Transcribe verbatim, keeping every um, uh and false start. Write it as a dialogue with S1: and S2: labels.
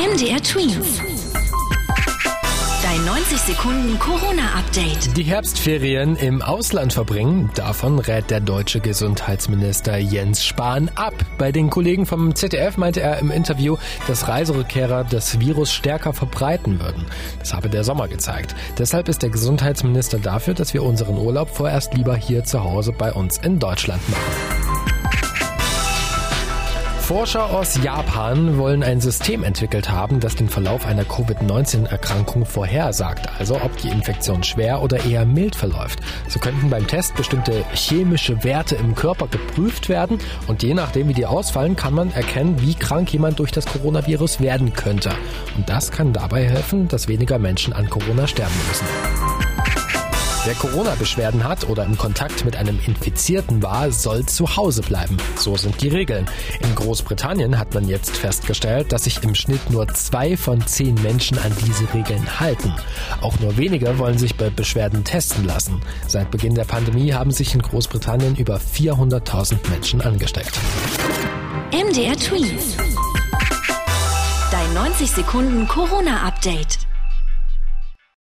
S1: M D R Twins. Dein neunzig Sekunden Corona-Update.
S2: Die Herbstferien im Ausland verbringen, davon rät der deutsche Gesundheitsminister Jens Spahn ab. Bei den Kollegen vom Z D F meinte er im Interview, dass Reiserückkehrer das Virus stärker verbreiten würden. Das habe der Sommer gezeigt. Deshalb ist der Gesundheitsminister dafür, dass wir unseren Urlaub vorerst lieber hier zu Hause bei uns in Deutschland machen. Forscher aus Japan wollen ein System entwickelt haben, das den Verlauf einer Covid neunzehn Erkrankung vorhersagt, also ob die Infektion schwer oder eher mild verläuft. So könnten beim Test bestimmte chemische Werte im Körper geprüft werden und je nachdem, wie die ausfallen, kann man erkennen, wie krank jemand durch das Coronavirus werden könnte. Und das kann dabei helfen, dass weniger Menschen an Corona sterben müssen. Wer Corona-Beschwerden hat oder im Kontakt mit einem Infizierten war, soll zu Hause bleiben. So sind die Regeln. In Großbritannien hat man jetzt festgestellt, dass sich im Schnitt nur zwei von zehn Menschen an diese Regeln halten. Auch nur wenige wollen sich bei Beschwerden testen lassen. Seit Beginn der Pandemie haben sich in Großbritannien über vierhunderttausend Menschen angesteckt.
S1: M D R Twins. Dein neunzig Sekunden Corona-Update.